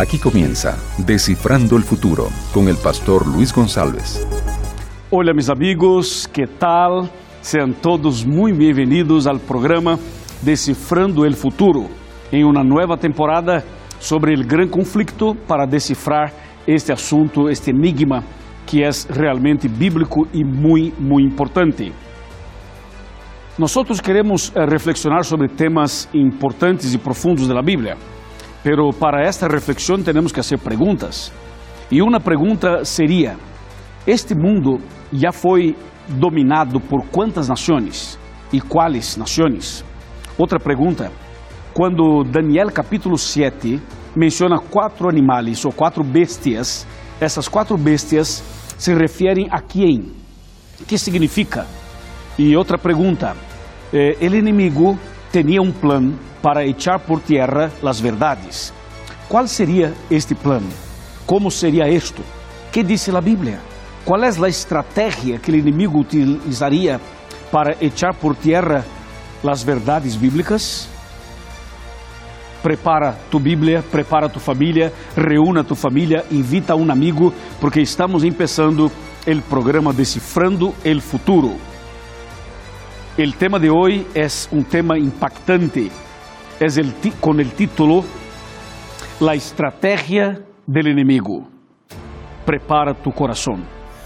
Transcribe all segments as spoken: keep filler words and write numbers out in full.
Aquí comienza Descifrando el Futuro con el pastor Luis González. Hola mis amigos, ¿qué tal? Sean todos muy bienvenidos al programa Descifrando el Futuro, en una nueva temporada sobre el gran conflicto para descifrar este asunto, este enigma que es realmente bíblico y muy, muy importante. Nosotros queremos eh, reflexionar sobre temas importantes y profundos de la Biblia, pero para esta reflexión tenemos que hacer preguntas. Y una pregunta sería, ¿este mundo ya fue dominado por cuántas naciones? ¿Y cuáles naciones? Otra pregunta, cuando Daniel capítulo siete menciona cuatro animales o cuatro bestias, essas quatro bestias se refieren a quién? ¿Qué significa? Y otra pregunta, eh, el enemigo tenía un plan para echar por tierra las verdades. ¿Cuál sería este plan? ¿Cómo sería esto? ¿Qué dice la Biblia? ¿Cuál es la estrategia que el enemigo utilizaría para echar por tierra las verdades bíblicas? Prepara tu Bíblia, prepara tu família, reúna tu família, invita a um amigo, porque estamos começando o programa Descifrando el Futuro. O tema de hoje é um tema impactante, é el, com o título La Estrategia del Enemigo. Prepara tu coração.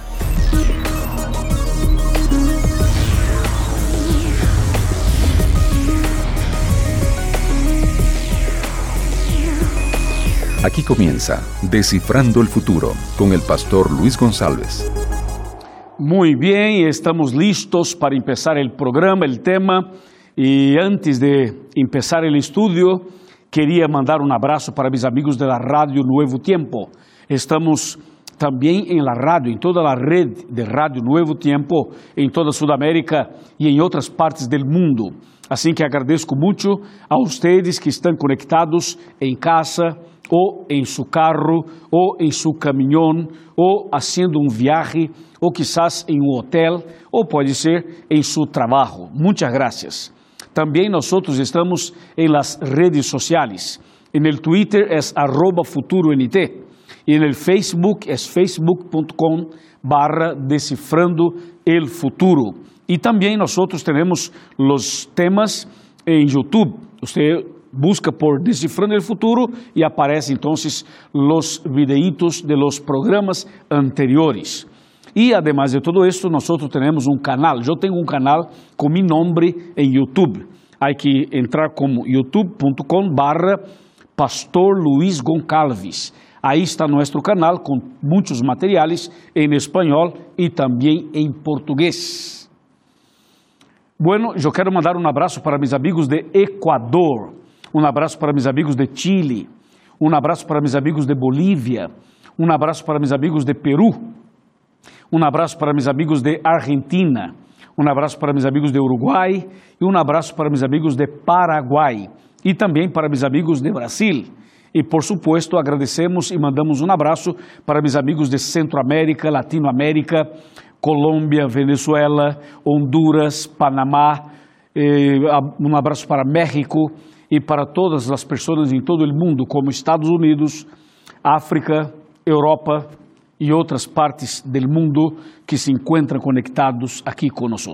Aquí comienza Descifrando el Futuro con el pastor Luis González. Muy bien, estamos listos para empezar el programa, el tema. Y antes de empezar el estudio, quería mandar un abrazo para mis amigos de la Radio Nuevo Tiempo. Estamos también en la radio, en toda la red de Radio Nuevo Tiempo, en toda Sudamérica y en otras partes del mundo. Así que agradezco mucho a ustedes que están conectados en casa, ou em seu carro, ou em seu caminhão, ou haciendo um viaje, ou quizás em um hotel, ou pode ser em seu trabalho. Muitas gracias. Também nós estamos em las redes sociais. En el Twitter é arroba futuront e en el Facebook é facebook ponto com barra Descifrando el Futuro. E também nós temos os temas em YouTube. Você busca por Descifrando el Futuro y aparecen entonces los videitos de los programas anteriores. Y además de todo esto, nosotros tenemos un canal. Yo tengo un canal con mi nombre en YouTube. Hay que entrar como youtube ponto com barra Pastor Luis Goncalves. Ahí está nuestro canal con muchos materiales en español y también en portugués. Bueno, yo quiero mandar un abrazo para mis amigos de Ecuador. Um abraço para meus amigos de Chile, um abraço para meus amigos de Bolívia, um abraço para meus amigos de Peru, um abraço para meus amigos de Argentina, um abraço para meus amigos de Uruguai e um abraço para meus amigos de Paraguai e também para meus amigos de Brasil. E por supuesto agradecemos e mandamos um abraço para meus amigos de Centroamérica, Latinoamérica, Colômbia, Venezuela, Honduras, Panamá, eh, um abraço para México e para todas as pessoas em todo o mundo, como Estados Unidos, África, Europa e outras partes do mundo que se encontram conectados aqui com nós.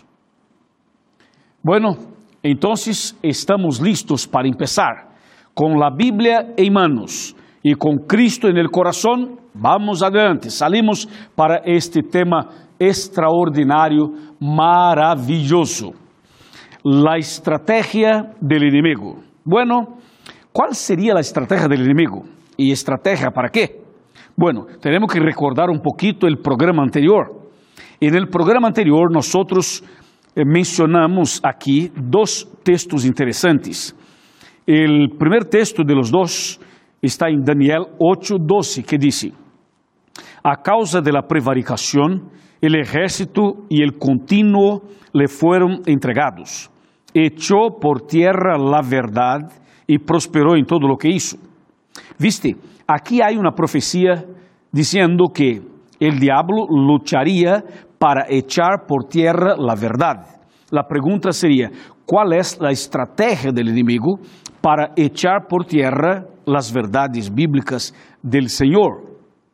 Bueno, entonces estamos listos para empezar. Com a Bíblia em manos e com Cristo en el corazón, vamos adelante. Salimos para este tema extraordinário, maravilloso. La estrategia del enemigo. Bueno, ¿cuál sería la estrategia del enemigo? ¿Y estrategia para qué? Bueno, tenemos que recordar un poquito el programa anterior. En el programa anterior nosotros eh, mencionamos aquí dos textos interesantes. El primer texto de los dos está en Daniel ocho doce, que dice: a causa de la prevaricación, el ejército y el continuo le fueron entregados. Echó por tierra la verdad y prosperó en todo lo que hizo. Viste, aquí hay una profecía diciendo que el diablo lucharía para echar por tierra la verdad. La pregunta sería, ¿cuál es la estrategia del enemigo para echar por tierra las verdades bíblicas del Señor.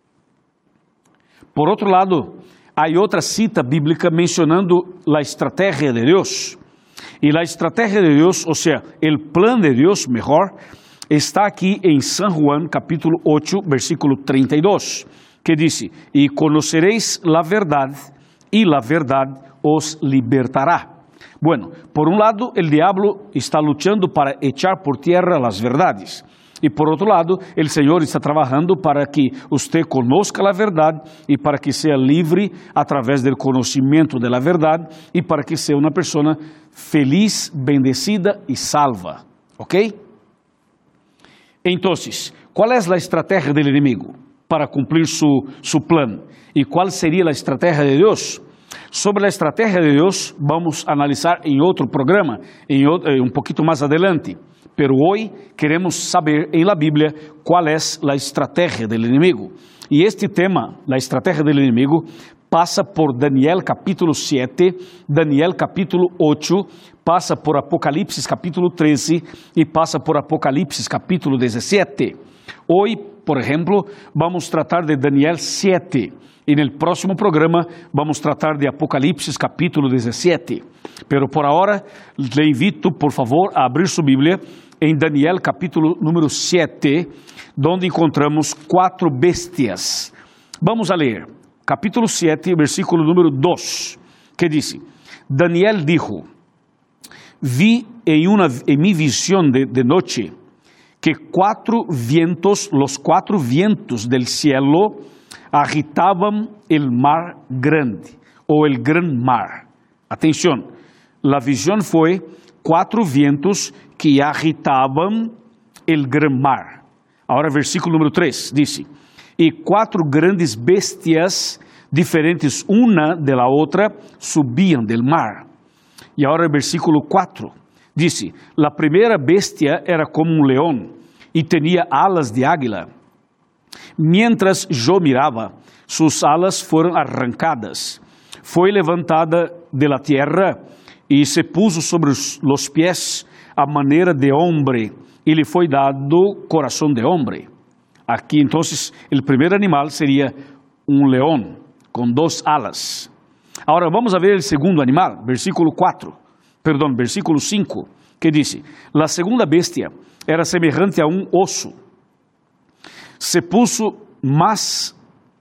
Por otro lado, hay otra cita bíblica mencionando la estrategia de Dios. Y la estrategia de Dios, o sea, el plan de Dios, mejor, está aquí en San Juan capítulo ocho, versículo treinta y dos, que dice, y conoceréis la verdad, y la verdad os libertará. Bueno, por un lado, el diablo está luchando para echar por tierra las verdades. Y por otro lado, el Señor está trabajando para que usted conozca la verdad y para que sea libre a través del conocimiento de la verdad y para que sea una persona feliz, bendecida y salva. ¿Ok? Entonces, ¿cuál es la estrategia del enemigo para cumplir su, su plan? ¿Y cuál sería la estrategia de Dios? Sobre la estrategia de Dios vamos a analizar en otro programa, en otro, un poquito más adelante. Pero hoy queremos saber en la Biblia cuál es la estrategia del enemigo. Y este tema, la estrategia del enemigo, pasa por Daniel capítulo siete, Daniel capítulo ocho, pasa por Apocalipsis capítulo trece y pasa por Apocalipsis capítulo diecisiete. Hoy, por ejemplo, vamos a tratar de Daniel siete. En el próximo programa vamos a tratar de Apocalipsis capítulo diecisiete. Pero por ahora le invito, por favor, a abrir su Biblia en Daniel capítulo número siete, donde encontramos cuatro bestias. Vamos a leer capítulo siete, versículo número dos, que dice, Daniel dijo, vi en, una, en mi visión de, de noche que cuatro vientos, los cuatro vientos del cielo, agitaban el mar grande, o el gran mar. Atención, la visión fue cuatro vientos que agitaban el gran mar. Ahora versículo número tres dice, y cuatro grandes bestias diferentes una de la otra subían del mar. Y ahora el versículo cuatro dice, la primera bestia era como un león y tenía alas de águila. Mientras yo miraba, sus alas fueron arrancadas, fue levantada de la tierra y se puso sobre los pies a manera de hombre y le fue dado corazón de hombre. Aquí entonces el primer animal sería un león con dos alas. Ahora vamos a ver el segundo animal, versículo cuatro, perdón, versículo cinco, que dice, la segunda bestia era semejante a un oso. Se puso más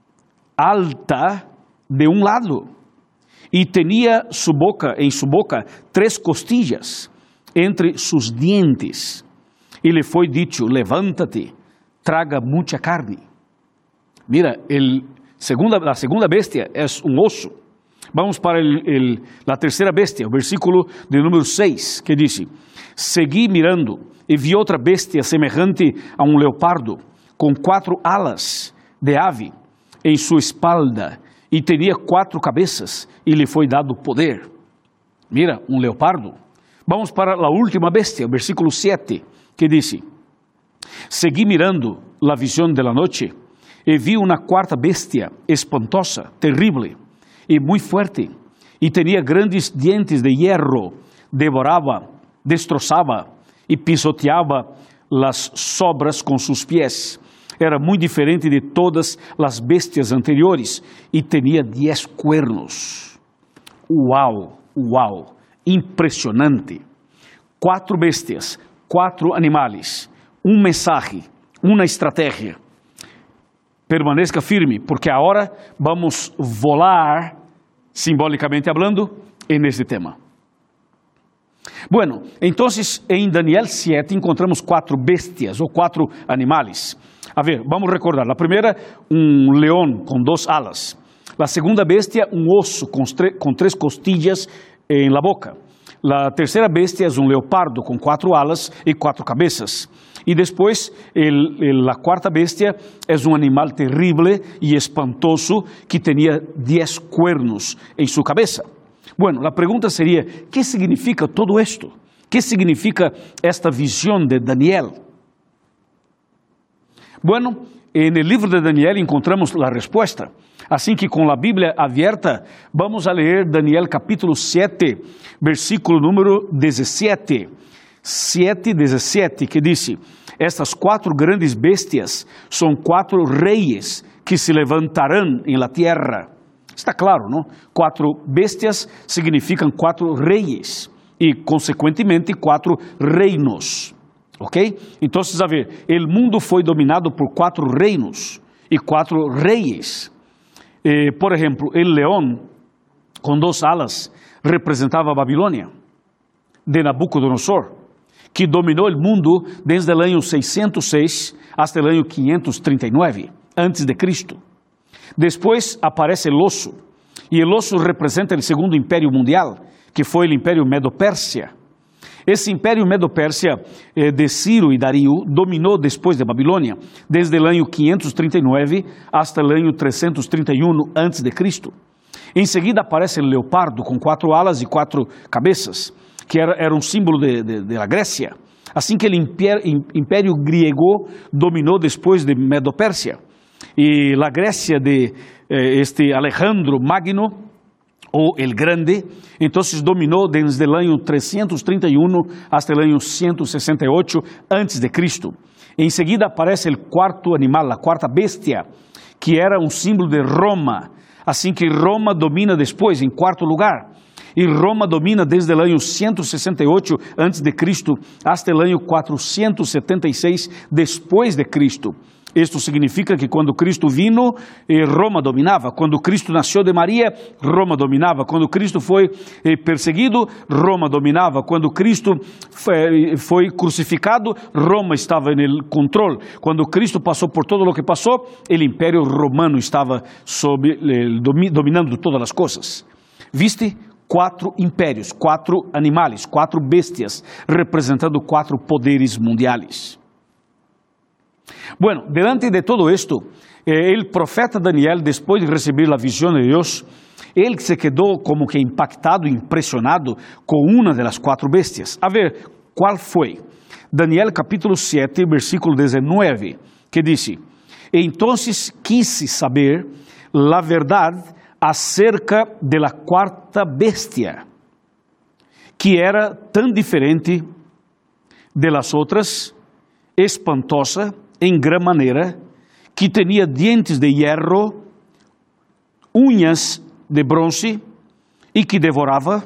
alta de un lado y tenía su boca, en su boca tres costillas entre sus dientes. Y le fue dicho, levántate, traga mucha carne. Mira, el segunda, la segunda bestia es un oso. Vamos para el, el, la tercera bestia, el versículo de número seis, que dice, seguí mirando y vi otra bestia semejante a un leopardo, con cuatro alas de ave en su espalda, y tenía cuatro cabezas, y le fue dado poder. Mira, un leopardo. Vamos para la última bestia, el versículo siete, que dice, seguí mirando la visión de la noche, y vi una cuarta bestia, espantosa, terrible, y muy fuerte, y tenía grandes dientes de hierro, devoraba, destrozaba, y pisoteaba las sobras con sus pies. Era muy diferente de todas las bestias anteriores y tenía diez cuernos. ¡Wow! ¡Wow! Impresionante. Cuatro bestias, cuatro animales, un mensaje, una estrategia. Permanezca firme, porque ahora vamos a volar, simbólicamente hablando, en este tema. Bueno, entonces en Daniel siete encontramos cuatro bestias o cuatro animales. A ver, vamos a recordar. La primera, un león con dos alas. La segunda bestia, un oso con, con tres costillas en la boca. La tercera bestia es un leopardo con cuatro alas y cuatro cabezas. Y después, el, el, la cuarta bestia es un animal terrible y espantoso que tenía diez cuernos en su cabeza. Bueno, la pregunta sería, ¿qué significa todo esto? ¿Qué significa esta visión de Daniel? Bueno, en el libro de Daniel encontramos la respuesta. Así que con la Biblia abierta, vamos a leer Daniel capítulo siete, versículo número diecisiete. sete, dezessete, que diz: estas quatro grandes bestias são quatro reis que se levantarão em la tierra. Está claro, não? Quatro bestias significam quatro reis e, consequentemente, quatro reinos. Ok? Então, a ver, o mundo foi dominado por quatro reinos e quatro reis. Eh, por exemplo, o leão com duas alas representava a Babilônia de Nabucodonosor, que dominou o mundo desde o ano seiscentos e seis até o ano quinhentos e trinta e nove, antes de Cristo. Depois aparece o osso, e o osso representa o segundo império mundial, que foi o império Medo-Pérsia. Esse império Medo-Pérsia eh, de Ciro e Dario dominou depois de Babilônia, desde o ano quinhentos e trinta e nove até o ano trezentos e trinta e um antes de Cristo. Em seguida aparece o leopardo com quatro alas e quatro cabeças, que era, era um símbolo de, de, de la Grécia. Assim que o império, império grego dominou depois de Medo-Pérsia. E a Grécia de eh, este Alejandro Magno, ou El Grande, então dominou desde o ano trezentos e trinta e um até o ano cento e sessenta e oito antes de Cristo. Em seguida aparece o quarto animal, a quarta bestia, que era um símbolo de Roma. Assim que Roma domina depois, em quarto lugar. E Roma domina desde o ano cento e sessenta e oito antes de Cristo até o ano quatrocentos e setenta e seis depois de Cristo. Isto significa que quando Cristo vino, Roma dominava. Quando Cristo nasceu de Maria, Roma dominava. Quando Cristo foi perseguido, Roma dominava. Quando Cristo foi crucificado, Roma estava no controle. Quando Cristo passou por todo o que passou, o Império Romano estava sob, dominando todas as coisas. ¿Viste? Quatro impérios, quatro animais, quatro bestias, representando quatro poderes mundiais. Bueno, delante de todo esto, eh, el profeta Daniel, después de recibir la visión de Dios, él se quedó como que impactado, impresionado con una de las cuatro bestias. A ver, ¿cuál fue? Daniel capítulo siete, versículo diecinueve, que dice: entonces quise saber la verdad acerca de la cuarta bestia, que era tan diferente de las otras, espantosa em gran maneira, que tinha dientes de hierro, unhas de bronze, e que devorava,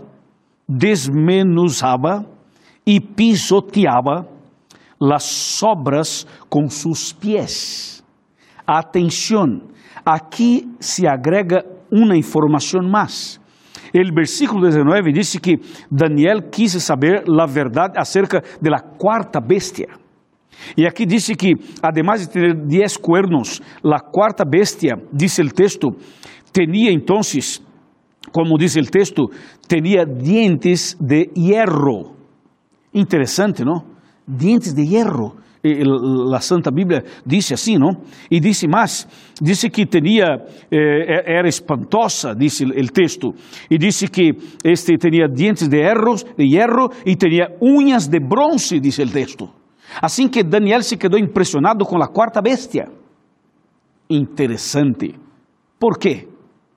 desmenuzava e pisoteava las sobras com seus pés. Atenção, aqui se agrega uma informação mais. O versículo dezenove diz que Daniel quis saber a verdade acerca de la quarta bestia. E aqui diz que, además de ter diez cuernos, la quarta bestia, diz o texto, tinha então, como diz o texto, tinha dientes de hierro. Interessante, não? Dientes de hierro. A Santa Bíblia diz assim, não? E diz mais, diz que tinha, eh, era espantosa, diz o texto, e diz que este tinha dientes de hierro, de hierro e tinha unhas de bronze, diz o texto. Assim que Daniel se quedou impressionado com a quarta bestia. Interessante. ¿Por quê?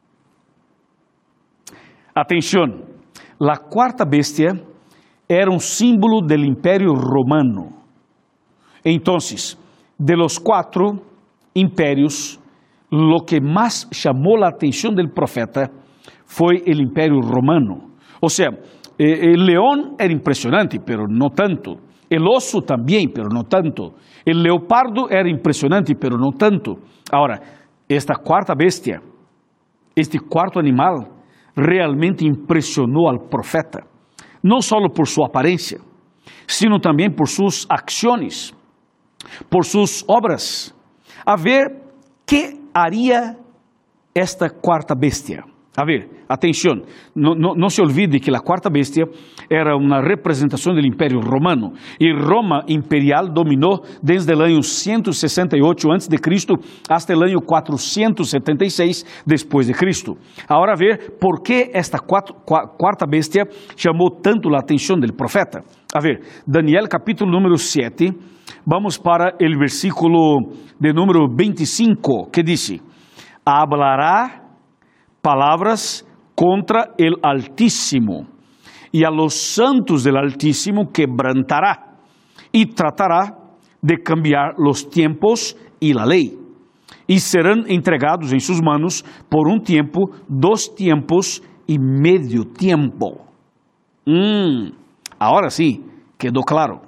Atenção, a quarta bestia era um símbolo do Império Romano. Então, de los quatro impérios, lo que mais chamou a atenção do profeta foi o Império Romano. Ou seja, o leão era impressionante, pero não tanto. El oso também, pero no tanto. El leopardo era impresionante, pero no tanto. Ahora, esta quarta bestia, este cuarto animal, realmente impressionou al profeta. Não só por sua aparência, sino também por suas ações, por suas obras. A ver, que haria esta quarta bestia? A ver, atenção, não, não, não se olvide que a quarta bestia era uma representação do Império Romano, e Roma imperial dominou desde o ano cento e sessenta e oito antes de Cristo até o ano quatrocentos e setenta e seis depois de Cristo. Agora, a ver, por que esta quatro, quarta bestia chamou tanto a atenção do profeta? A ver, Daniel capítulo número sete, vamos para o versículo de número vinte e cinco, que diz: hablará palavras contra el Altíssimo, y a los santos del Altísimo quebrantará y tratará de cambiar los tiempos y la ley. Y serán entregados en sus manos por un tiempo, dos tiempos y medio tiempo. Mm, ahora sí, quedó claro.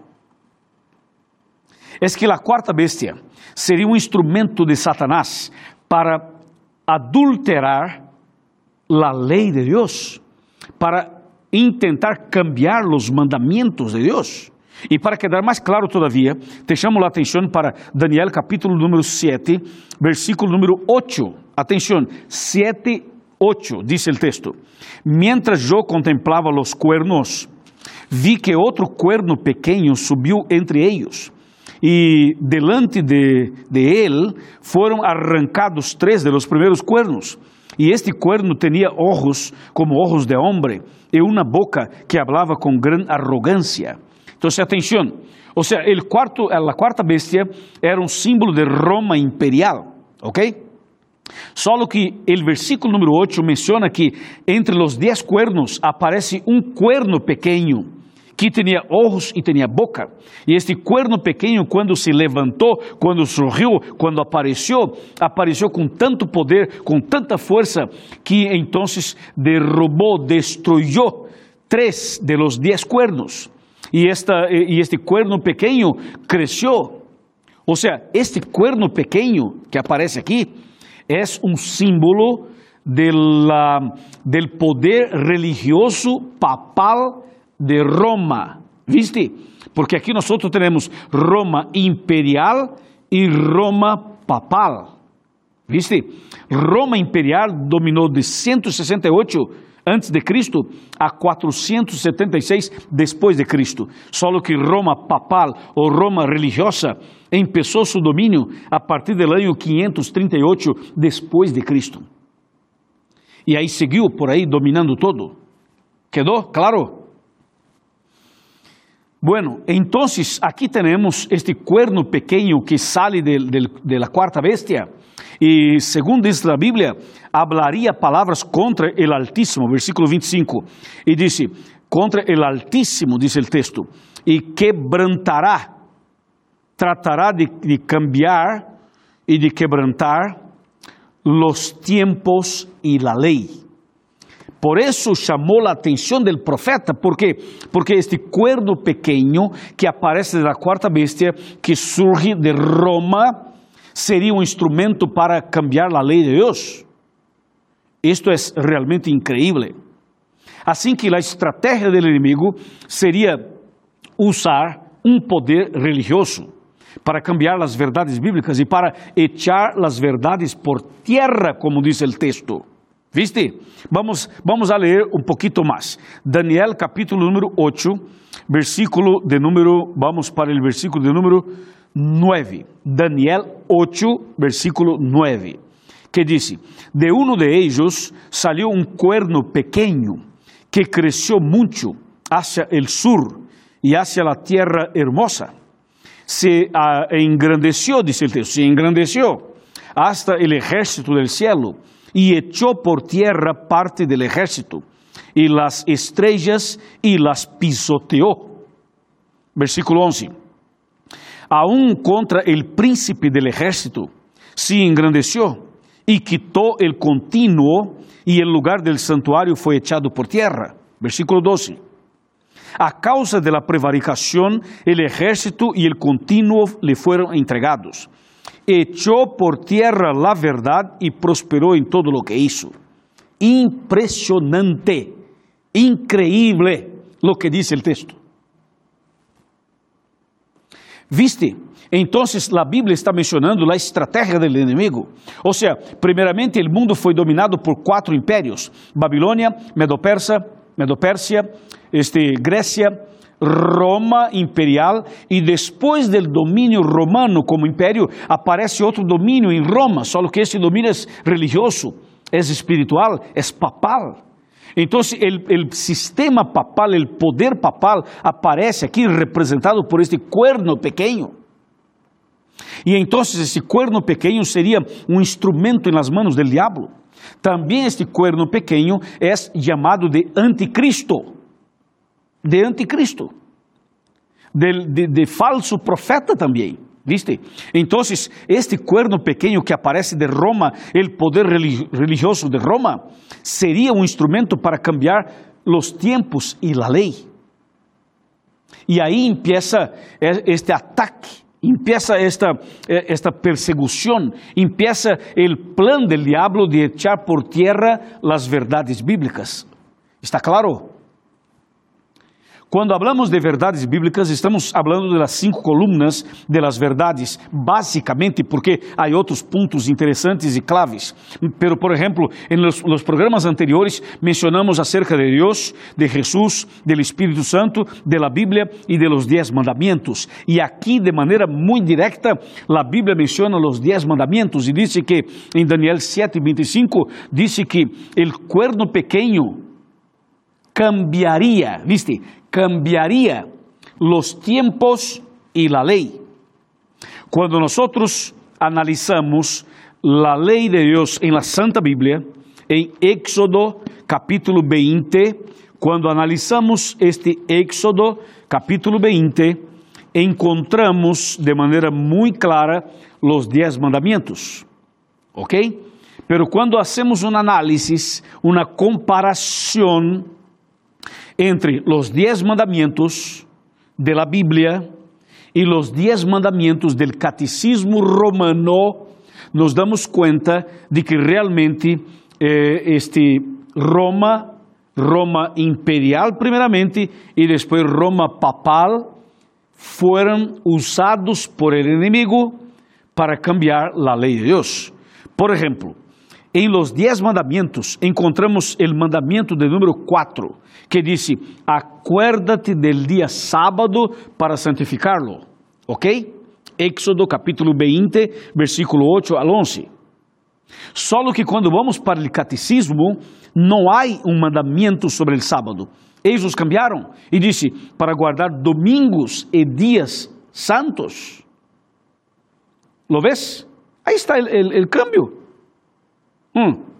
Es que la cuarta bestia sería un instrumento de Satanás para adulterar la ley de Dios, para intentar cambiar los mandamientos de Dios. E para quedar mais claro todavia, te chamo a atenção para Daniel capítulo número siete, versículo número ocho. Atenção, siete, ocho, diz o texto. Mientras eu contemplava los cuernos, vi que outro cuerno pequeno subiu entre ellos, e delante de, de él foram arrancados três de los primeiros cuernos. E este cuerno tinha ojos como ojos de hombre, e uma boca que hablava com gran arrogância. Então, atenção, ou seja, el cuarto, la quarta bestia era um símbolo de Roma imperial, ok? Só que o versículo número ocho menciona que entre os dez cuernos aparece um cuerno pequeno que tinha ojos e tinha boca. E este cuerno pequeno, quando se levantou, quando surgiu, quando apareceu, apareceu com tanto poder, com tanta força, que então derrubou, destruiu três de los dez cuernos. E, esta, e este cuerno pequeno cresceu. Ou seja, este cuerno pequeno que aparece aqui é um símbolo de la, del poder religioso papal de Roma. ¿Viste? Porque aqui nós temos Roma imperial e Roma papal. ¿Viste? Roma imperial dominou de ciento sesenta y ocho antes de Cristo a quatrocentos e setenta e seis depois de Cristo. Só que Roma papal ou Roma religiosa começou seu domínio a partir do ano quinhentos e trinta e oito depois de Cristo. E aí seguiu por aí dominando todo. ¿Quedou claro? Bueno, entonces aquí tenemos este cuerno pequeño que sale de, de, de la cuarta bestia. Y según dice la Biblia, hablaría palabras contra el Altísimo, versículo veinticinco. Y dice, contra el Altísimo, dice el texto, y quebrantará, tratará de, de cambiar y de quebrantar los tiempos y la ley. Por eso chamou a atenção del profeta, porque porque este cuerno pequeno que aparece de la cuarta bestia, que surge de Roma, seria um instrumento para cambiar a lei de Deus. Isto é realmente increíble. Assim que a estratégia do inimigo seria usar um poder religioso para cambiar as verdades bíblicas e para echar as verdades por tierra, como diz o texto. ¿Viste? Vamos, vamos a leer un poquito más. Daniel capítulo número ocho, versículo de número, vamos para el versículo de número nueve. Daniel ocho, versículo nueve, que dice, de uno de ellos salió un cuerno pequeño que creció mucho hacia el sur y hacia la tierra hermosa. Se uh, engrandeció, dice el texto, se engrandeció hasta el ejército del cielo y echó por tierra parte del ejército, y las estrellas y las pisoteó. Versículo once. Aún contra el príncipe del ejército se engrandeció y quitó el continuo, y el lugar del santuario fue echado por tierra. Versículo doce. A causa de la prevaricación, el ejército y el continuo le fueron entregados. Echó por tierra la verdad y prosperó en todo lo que hizo. Impresionante, increíble lo que dice el texto. ¿Viste? Entonces la Biblia está mencionando la estrategia del enemigo. O sea, primeramente el mundo fue dominado por cuatro imperios: Babilonia, Medo-Persia, Medo-Persia, este, Grecia, Roma imperial, e depois do domínio romano como império, aparece outro domínio em Roma, só que esse domínio é religioso, é espiritual, é papal. Então, o sistema papal, o poder papal, aparece aqui representado por este cuerno pequeno. E então, esse cuerno pequeno seria um instrumento nas mãos do diabo. Também este cuerno pequeno é chamado de anticristo. de anticristo, de, de, de falso profeta también, ¿viste? Entonces, este cuerno pequeño que aparece de Roma, el poder religioso de Roma, sería un instrumento para cambiar los tiempos y la ley. Y ahí empieza este ataque, empieza esta, esta persecución, empieza el plan del diablo de echar por tierra las verdades bíblicas. ¿Está claro? Cuando hablamos de verdades bíblicas, estamos hablando de las cinco columnas de las verdades, básicamente porque hay otros puntos interesantes y claves. Pero, por ejemplo, en los, los programas anteriores mencionamos acerca de Dios, de Jesús, del Espíritu Santo, de la Biblia y de los diez mandamientos. Y aquí, de manera muy directa, la Biblia menciona los diez mandamientos y dice que en Daniel siete, veinticinco, dice que el cuerno pequeño cambiaría, ¿viste? Cambiaría los tiempos y la ley. Cuando nosotros analizamos la ley de Dios en la Santa Biblia, en Éxodo capítulo veinte, cuando analizamos este Éxodo capítulo veinte, encontramos de manera muy clara los diez mandamientos, ¿ok? Pero cuando hacemos un análisis, una comparación entre los diez mandamientos de la Biblia y los diez mandamientos del catecismo romano, nos damos cuenta de que realmente eh, este Roma, Roma imperial primeramente y después Roma papal, fueron usados por el enemigo para cambiar la ley de Dios. Por ejemplo, en los diez mandamientos encontramos el mandamiento de número cuatro, que dice, acuérdate del día sábado para santificarlo, ¿ok? Éxodo capítulo veinte, versículo ocho al once. Solo que cuando vamos para el catecismo, no hay un mandamiento sobre el sábado. Ellos cambiaron y dice, para guardar domingos y días santos. ¿Lo ves? Ahí está el, el, el cambio. Hmm.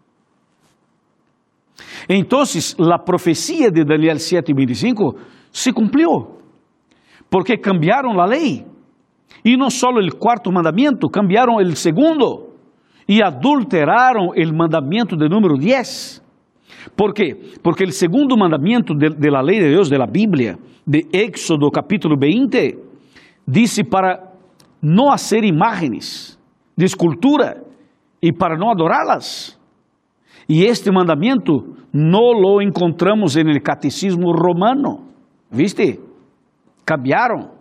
Entonces, la profecía de Daniel siete veinticinco se cumplió, porque cambiaron la ley. Y no solo el cuarto mandamiento, cambiaron el segundo y adulteraron el mandamiento de número diez. ¿Por qué? Porque el segundo mandamiento de, de la ley de Dios, de la Biblia, de Éxodo capítulo veinte, dice para no hacer imágenes de escultura y para no adorarlas. Y este mandamiento no lo encontramos en el catecismo romano, ¿viste? Cambiaron.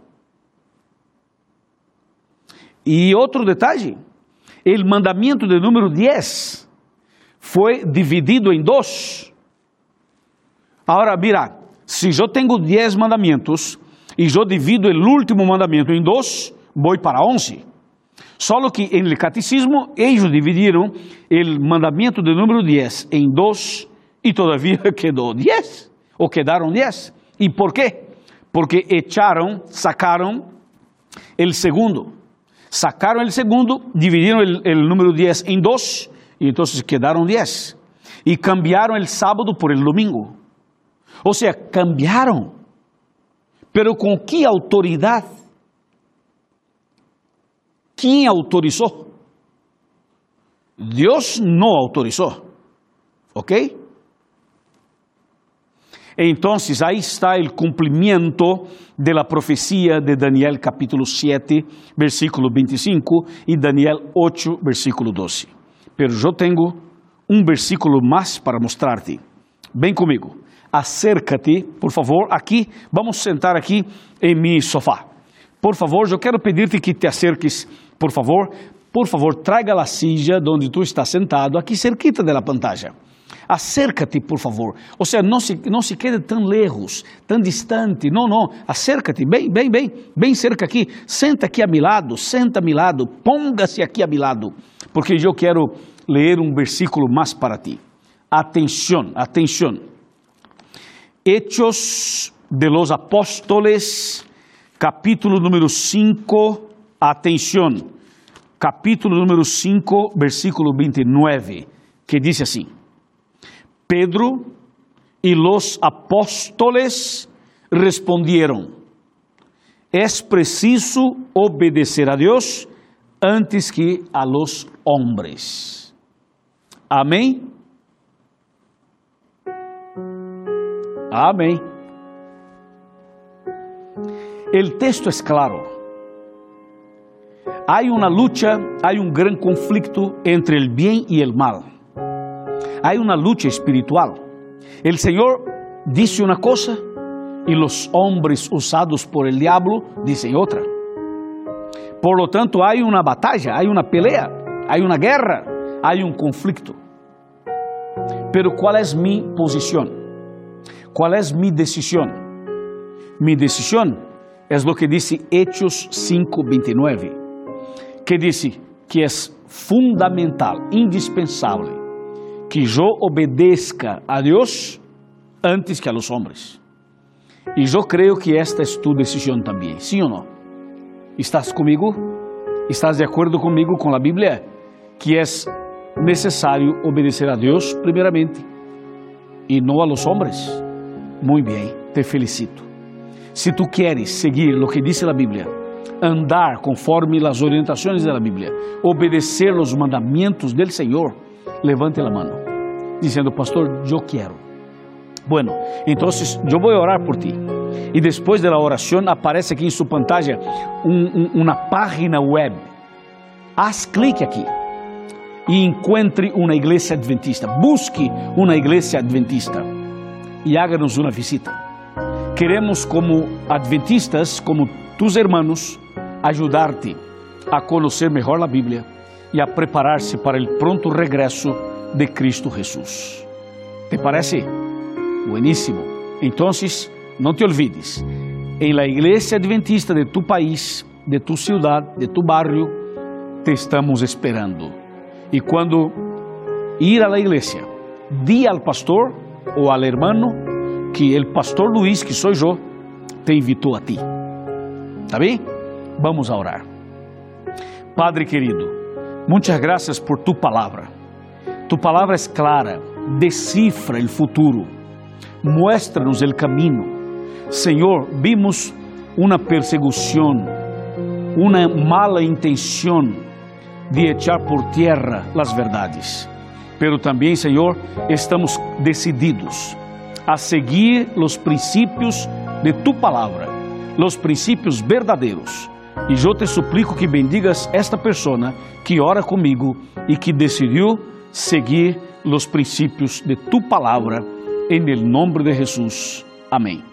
Y otro detalle, el mandamiento de número diez fue dividido en dos. Ahora, mira, si yo tengo diez mandamientos y yo divido el último mandamiento en dos, voy para once. Solo que en el catecismo ellos dividieron el mandamiento de número diez en dos y todavía quedó diez, o quedaron diez. ¿Y por qué? Porque echaron, sacaron el segundo. Sacaron el segundo, dividieron el, el número diez en dos y entonces quedaron diez. Y cambiaron el sábado por el domingo. O sea, cambiaron. Pero ¿con qué autoridad? ¿Quién autorizó? Dios no autorizó. ¿Ok? Entonces, ahí está el cumplimiento de la profecía de Daniel capítulo siete, versículo veinticinco y Daniel ocho, versículo doce. Pero yo tengo un versículo más para mostrarte. Ven conmigo. Acércate, por favor, aquí. Vamos a sentar aquí en mi sofá. Por favor, yo quiero pedirte que te acerques, por favor. Por favor, traiga la silla donde tú estás sentado, aquí cerquita de la pantalla. Acércate, por favor. O sea, no se, no se quede tan lejos, tan distante. No, no, acércate, ven, ven, ven, ven cerca aqui. Senta aqui a mi lado, senta a mi lado, póngase aqui a mi lado, porque eu quero ler um versículo mais para ti. Atenção, atenção. Hechos de los Apóstoles, capítulo número cinco, atenção. Capítulo número cinco, versículo veintinueve, que diz assim: Pedro y los apóstoles respondieron: es preciso obedecer a Dios antes que a los hombres. Amén. Amén. El texto es claro. Hay una lucha, hay un gran conflicto entre el bien y el mal. Hay una lucha espiritual. El Señor dice una cosa y los hombres usados por el diablo dicen otra. Por lo tanto, hay una batalla, hay una pelea, hay una guerra, hay un conflicto. Pero ¿cuál es mi posición? ¿Cuál es mi decisión? Mi decisión es lo que dice Hechos cinco veintinueve, que dice que es fundamental, indispensable, que yo obedezca a Dios antes que a los hombres. Y yo creo que esta es tu decisión también, ¿sí o no? ¿Estás conmigo? ¿Estás de acuerdo conmigo con la Biblia? Que es necesario obedecer a Dios primeramente y no a los hombres. Muy bien, te felicito. Si tú quieres seguir lo que dice la Biblia, andar conforme las orientaciones de la Biblia, obedecer los mandamientos del Señor, levante la mano, diciendo: pastor, yo quiero. Bueno, entonces yo voy a orar por ti. Y después de la oración aparece aquí en su pantalla un, un, una página web. Haz clic aquí y encuentre una iglesia adventista. Busque una iglesia adventista y háganos una visita. Queremos, como adventistas, como tus hermanos, ayudarte a conocer mejor la Biblia y a prepararse para el pronto regreso de Cristo Jesús. ¿Te parece? Buenísimo. Entonces, no te olvides, en la iglesia adventista de tu país, de tu ciudad, de tu barrio, te estamos esperando. Y cuando ir a la iglesia, di al pastor o al hermano que el pastor Luis, que soy yo, te invitó a ti. ¿Está bien? Vamos a orar. Padre querido, muchas gracias por tu palabra. Tu palabra es clara, descifra el futuro, muéstranos el camino. Señor, vimos una persecución, una mala intención de echar por tierra las verdades. Pero también, Señor, estamos decididos a seguir los principios de tu palabra, los principios verdaderos. Y yo te suplico que bendigas esta persona que ora conmigo y que decidió seguir los principios de tu palabra, en el nombre de Jesús. Amén.